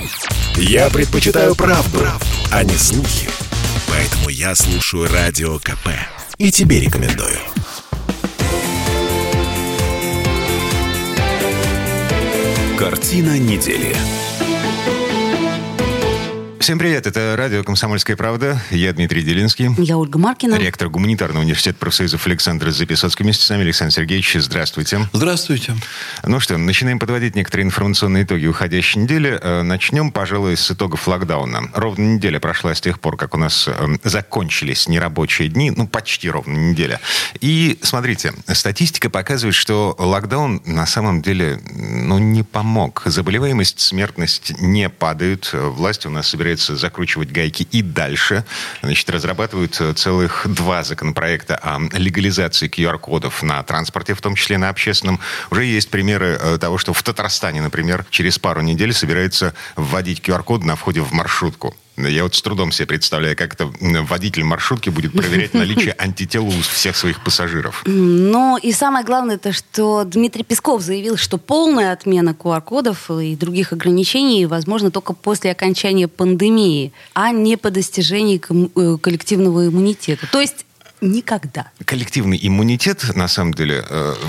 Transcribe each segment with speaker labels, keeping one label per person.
Speaker 1: Я предпочитаю правду, а не слухи. Поэтому я слушаю Радио КП. И тебе рекомендую. Картина недели.
Speaker 2: Всем привет, это радио «Комсомольская правда». Я Дмитрий Делинский.
Speaker 3: Я Ольга Маркина.
Speaker 2: Ректор Гуманитарного университета профсоюзов Александр Записоцкий. Вместе с нами Александр Сергеевич. Здравствуйте.
Speaker 4: Здравствуйте.
Speaker 2: Ну что, начинаем подводить некоторые информационные итоги уходящей недели. Начнем, пожалуй, с итогов локдауна. Ровно неделя прошла с тех пор, как у нас закончились нерабочие дни. Ну, почти ровно неделя. И, смотрите, статистика показывает, что локдаун на самом деле, не помог. Заболеваемость, смертность не падают. Власти у нас собираются закручивать гайки и дальше. Значит, разрабатывают целых 2 законопроекта о легализации QR-кодов на транспорте, в том числе на общественном. Уже есть примеры того, что в Татарстане, например, через пару недель собираются вводить QR-код на входе в маршрутку. Я вот с трудом себе представляю, как это водитель маршрутки будет проверять наличие антител у всех своих пассажиров.
Speaker 3: Но и самое главное, это что Дмитрий Песков заявил, что полная отмена QR-кодов и других ограничений возможна только после окончания пандемии, а не по достижении коллективного иммунитета. То есть никогда.
Speaker 2: Коллективный иммунитет, на самом деле,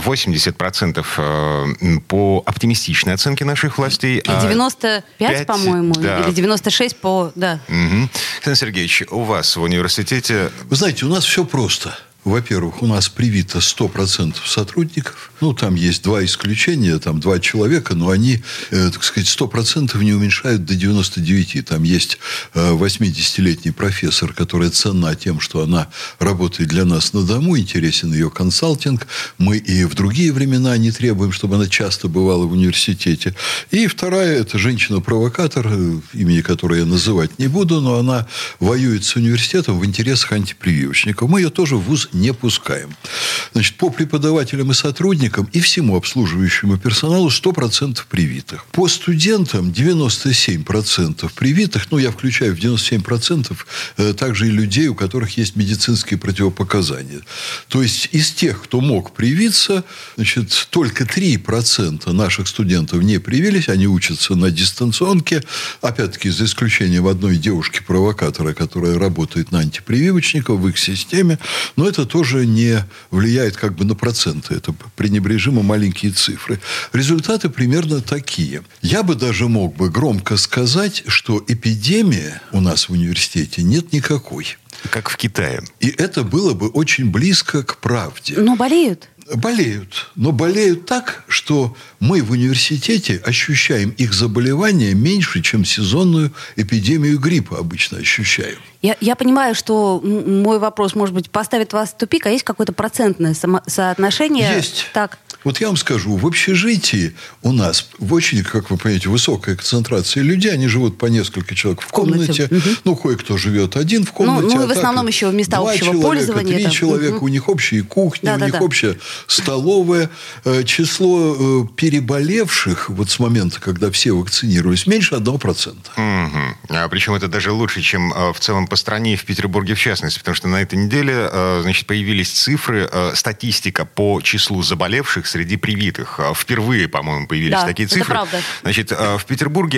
Speaker 2: 80% по оптимистичной оценке наших властей.
Speaker 3: И 95, по-моему,
Speaker 2: да.
Speaker 3: или 96 по... Да.
Speaker 2: Угу. Александр Сергеевич, у вас в университете...
Speaker 4: Вы знаете, у нас все просто. Во-первых, у нас привито 100% сотрудников. Там есть 2 исключения, 2 человека, но они, 100% не уменьшают до 99%. Там есть 80-летний профессор, которая ценна тем, что она работает для нас на дому, интересен ее консалтинг. Мы и в другие времена не требуем, чтобы она часто бывала в университете. И вторая – это женщина-провокатор, имени которой я называть не буду, но она воюет с университетом в интересах антипрививочников. Мы ее тоже в вуз не пускаем. Значит, по преподавателям и сотрудникам и всему обслуживающему персоналу 100% привитых. По студентам 97% привитых. Я включаю в 97% также и людей, у которых есть медицинские противопоказания. То есть, из тех, кто мог привиться, только 3% наших студентов не привились. Они учатся на дистанционке. Опять-таки, за исключением одной девушки-провокатора, которая работает на антипрививочников в их системе. Но это тоже не влияет на проценты. Это пренебрежимо маленькие цифры. Результаты примерно такие. Я бы даже мог бы громко сказать, что эпидемии у нас в университете нет никакой.
Speaker 2: Как в Китае.
Speaker 4: И это было бы очень близко к правде.
Speaker 3: Но болеют.
Speaker 4: Болеют. Но болеют так, что мы в университете ощущаем их заболевания меньше, чем сезонную эпидемию гриппа обычно ощущаем.
Speaker 3: Я понимаю, что мой вопрос, может быть, поставит вас в тупик, а есть какое-то процентное соотношение?
Speaker 4: Есть.
Speaker 3: Так.
Speaker 4: Вот я вам скажу, в общежитии у нас в очень, как вы понимаете, высокая концентрация людей. Они живут по несколько человек в комнате. Угу. Кое-кто живет один в комнате.
Speaker 3: В основном еще места общего пользования.
Speaker 4: 3 человека. У них общие кухни, у них общая столовая. Число переболевших с момента, когда все вакцинировались, меньше 1%.
Speaker 2: Угу. Причем это даже лучше, чем в целом по стране и в Петербурге в частности. Потому что на этой неделе появились цифры, статистика по числу заболевших среди привитых. Впервые, по-моему, появились такие цифры.
Speaker 3: Это правда.
Speaker 2: В Петербурге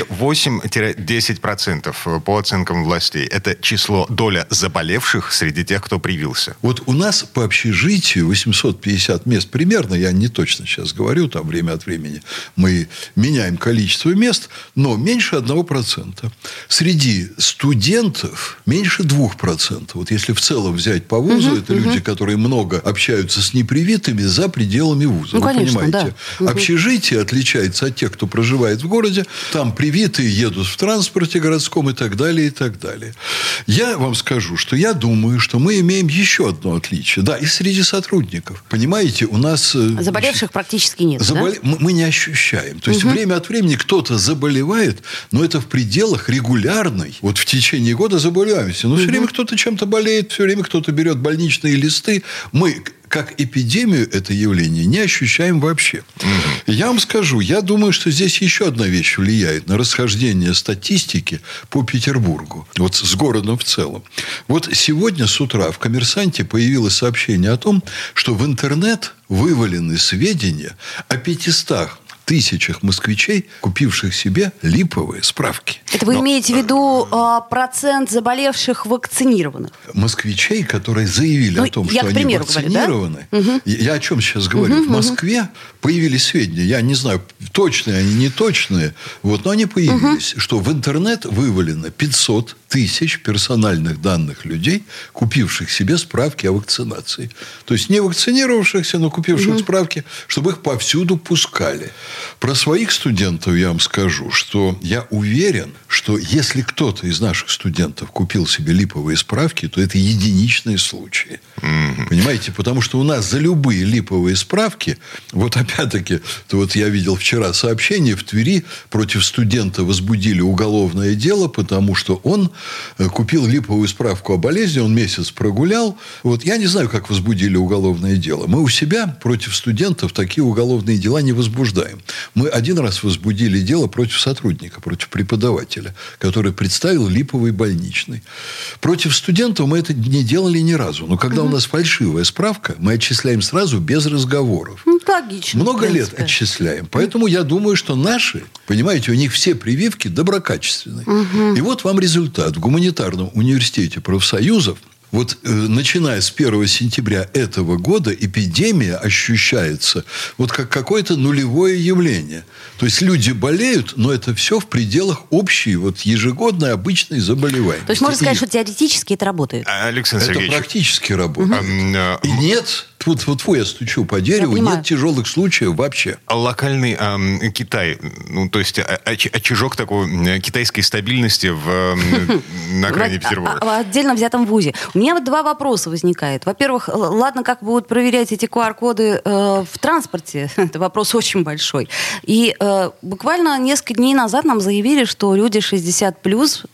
Speaker 2: 8-10% по оценкам властей. Это доля заболевших среди тех, кто привился.
Speaker 4: У нас по общежитию 850 мест примерно, я не точно сейчас говорю, время от времени мы меняем количество мест, но меньше 1%. Среди студентов меньше 2%. Если в целом взять по вузу, это люди, которые много общаются с непривитыми за пределами вуза.
Speaker 3: Конечно,
Speaker 4: понимаете?
Speaker 3: Да.
Speaker 4: Общежитие отличается от тех, кто проживает в городе. Там привитые едут в транспорте городском и так далее, и так далее. Я вам скажу, что я думаю, что мы имеем еще одно отличие. Да, и среди сотрудников. Понимаете, у нас...
Speaker 3: Заболевших практически нет, да?
Speaker 4: Мы не ощущаем. То есть, время от времени кто-то заболевает, но это в пределах регулярной. В течение года заболеваемости. Но все время кто-то чем-то болеет, все время кто-то берет больничные листы. Мы... как эпидемию это явление не ощущаем вообще. Я вам скажу, я думаю, что здесь еще одна вещь влияет на расхождение статистики по Петербургу. С городом в целом. Сегодня с утра в «Коммерсанте» появилось сообщение о том, что в интернет вывалены сведения о 500 тысячах москвичей, купивших себе липовые справки.
Speaker 3: Это вы имеете в виду процент заболевших вакцинированных?
Speaker 4: Москвичей, которые заявили о том, что они вакцинированы.
Speaker 3: Говорю, да?
Speaker 4: Я о чем сейчас говорю? В Москве появились сведения, я не знаю, точные они, не точные, но они появились, что в интернет вывалено 500 тысяч персональных данных людей, купивших себе справки о вакцинации. То есть не вакцинировавшихся, но купивших справки, чтобы их повсюду пускали. Про своих студентов я вам скажу, что я уверен, что если кто-то из наших студентов купил себе липовые справки, то это единичные случаи. Понимаете? Потому что у нас за любые липовые справки, опять-таки, я видел вчера сообщение, в Твери против студента возбудили уголовное дело, потому что он купил липовую справку о болезни, он месяц прогулял. Я не знаю, как возбудили уголовное дело. Мы у себя против студентов такие уголовные дела не возбуждаем. Мы один раз возбудили дело против сотрудника, против преподавателя, который представил липовый больничный. Против студентов мы это не делали ни разу. Но когда у нас фальшивая справка, мы отчисляем сразу без разговоров.
Speaker 3: Логично.
Speaker 4: Много лет отчисляем. Поэтому я думаю, что наши, понимаете, у них все прививки доброкачественные. И вот вам результат. В гуманитарном университете профсоюзов начиная с 1 сентября этого года эпидемия ощущается как какое-то нулевое явление. То есть люди болеют, но это все в пределах общей ежегодной обычной заболеваемости.
Speaker 3: То есть можно сказать, что теоретически это работает?
Speaker 2: Александр Сергеевич.
Speaker 4: Это практически работает. И нет... я стучу по дереву, нет тяжелых случаев вообще.
Speaker 2: Локальный Китай, то есть очажок такой китайской стабильности на окраине Петербурга.
Speaker 3: В отдельно взятом вузе. У меня два вопроса возникает. Во-первых, ладно, как будут проверять эти QR-коды в транспорте. Это вопрос очень большой. И буквально несколько дней назад нам заявили, что люди 60+,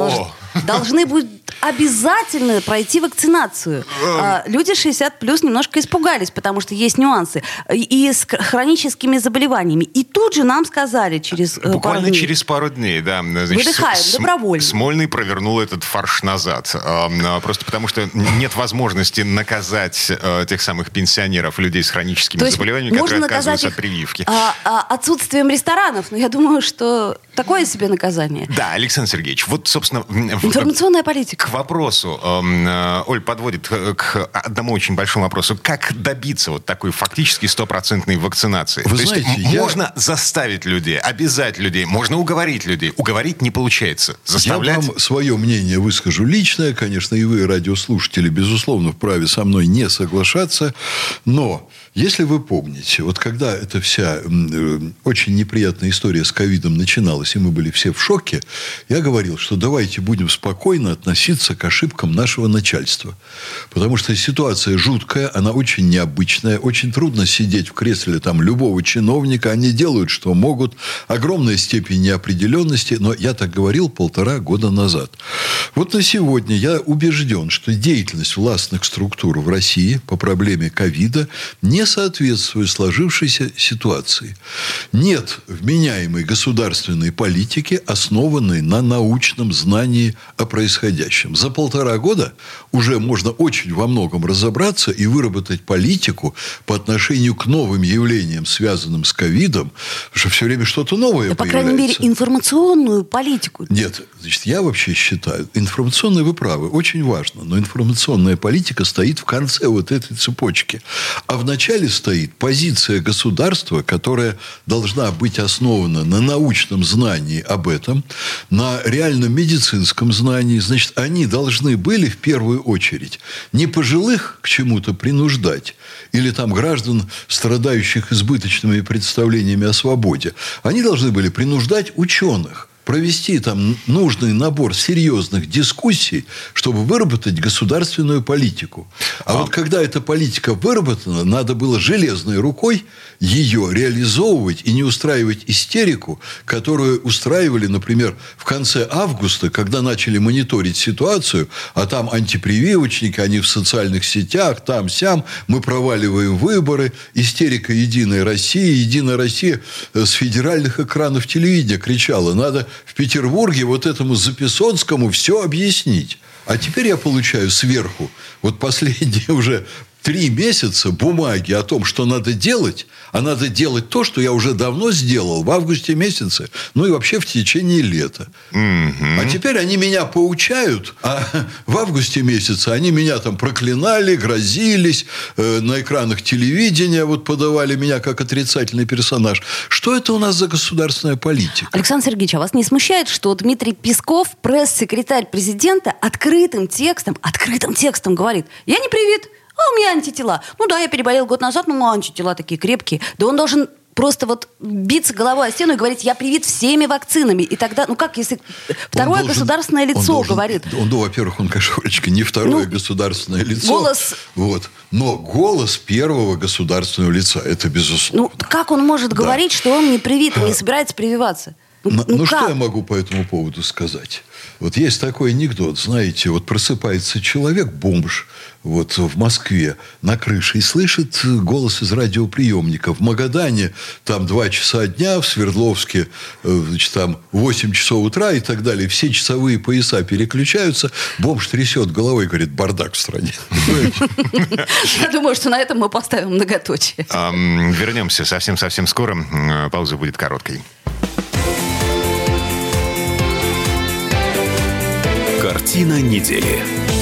Speaker 3: должны будут обязательно пройти вакцинацию. Люди 60+ немножко испугались, потому что есть нюансы. И с хроническими заболеваниями. И тут же нам сказали
Speaker 2: буквально через пару дней, да.
Speaker 3: Выдыхаем, добровольно.
Speaker 2: Смольный провернул этот фарш назад. Просто потому, что нет возможности наказать тех самых пенсионеров, людей с хроническими заболеваниями, которые отказываются от прививки.
Speaker 3: Отсутствием ресторанов. Но я думаю, что такое себе наказание.
Speaker 2: Да, Александр Сергеевич, собственно...
Speaker 3: Информационная политика.
Speaker 2: К вопросу, Оль подводит к одному очень большому вопросу. Как добиться такой фактически 100% вакцинации?
Speaker 4: Вы знаете,
Speaker 2: можно заставить людей, обязать людей, можно уговорить людей. Уговорить не получается. Заставлять...
Speaker 4: Я вам свое мнение выскажу личное. Конечно, и вы, радиослушатели, безусловно, вправе со мной не соглашаться. Но... Если вы помните, когда эта вся очень неприятная история с ковидом начиналась, и мы были все в шоке, я говорил, что давайте будем спокойно относиться к ошибкам нашего начальства. Потому что ситуация жуткая, она очень необычная, очень трудно сидеть в кресле любого чиновника, они делают, что могут, огромная степень неопределенности, но я так говорил 1,5 года назад. На сегодня я убежден, что деятельность властных структур в России по проблеме ковида не соответствует сложившейся ситуации. Нет вменяемой государственной политики, основанной на научном знании о происходящем. За 1,5 года уже можно очень во многом разобраться и выработать политику по отношению к новым явлениям, связанным с ковидом, потому что все время что-то новое появляется.
Speaker 3: По крайней мере, информационную политику.
Speaker 4: Нет, я вообще считаю, информационные, вы правы, очень важно, но информационная политика стоит в конце этой цепочки. А в начале стоит позиция государства, которая должна быть основана на научном знании об этом, на реальном медицинском знании. Значит, они должны были в первую очередь не пожилых к чему-то принуждать, или граждан, страдающих избыточными представлениями о свободе. Они должны были принуждать ученых провести нужный набор серьезных дискуссий, чтобы выработать государственную политику. А когда эта политика выработана, надо было железной рукой ее реализовывать и не устраивать истерику, которую устраивали, например, в конце августа, когда начали мониторить ситуацию, а там антипрививочники, они в социальных сетях, там-сям, мы проваливаем выборы, истерика «Единая Россия» с федеральных экранов телевидения кричала, надо в Петербурге этому Записоцкому все объяснить. А теперь я получаю сверху, последние уже 3 месяца бумаги о том, что надо делать, а надо делать то, что я уже давно сделал в августе месяце, ну и вообще в течение лета. А теперь они меня поучают, а в августе месяце они меня там проклинали, грозились, на экранах телевидения вот подавали меня как отрицательный персонаж. Что это у нас за государственная политика?
Speaker 3: Александр Сергеевич, а вас не смущает, что Дмитрий Песков, пресс-секретарь президента, открытым текстом говорит: я не привит, а у меня антитела. Ну да, я переболел год назад, но антитела такие крепкие. Да он должен просто вот биться головой о стену и говорить: я привит всеми вакцинами. И тогда, ну как, если второе государственное лицо говорит?
Speaker 4: Во-первых, он, конечно, Олечка, не второе государственное лицо.
Speaker 3: Голос...
Speaker 4: Вот. Но голос первого государственного лица, это безусловно.
Speaker 3: Ну, как он может говорить, что он не привит и не собирается прививаться?
Speaker 4: Что я могу по этому поводу сказать? Вот есть такой анекдот, знаете, вот просыпается человек, бомж, вот в Москве на крыше и слышит голос из радиоприемника. В Магадане там 2 часа дня, в Свердловске значит, там 8 часов утра и так далее. Все часовые пояса переключаются. Бомж трясет головой и говорит: бардак в стране.
Speaker 3: Я думаю, что на этом мы поставим многоточие.
Speaker 2: Вернемся совсем-совсем скоро. Пауза будет короткой.
Speaker 1: Картина недели.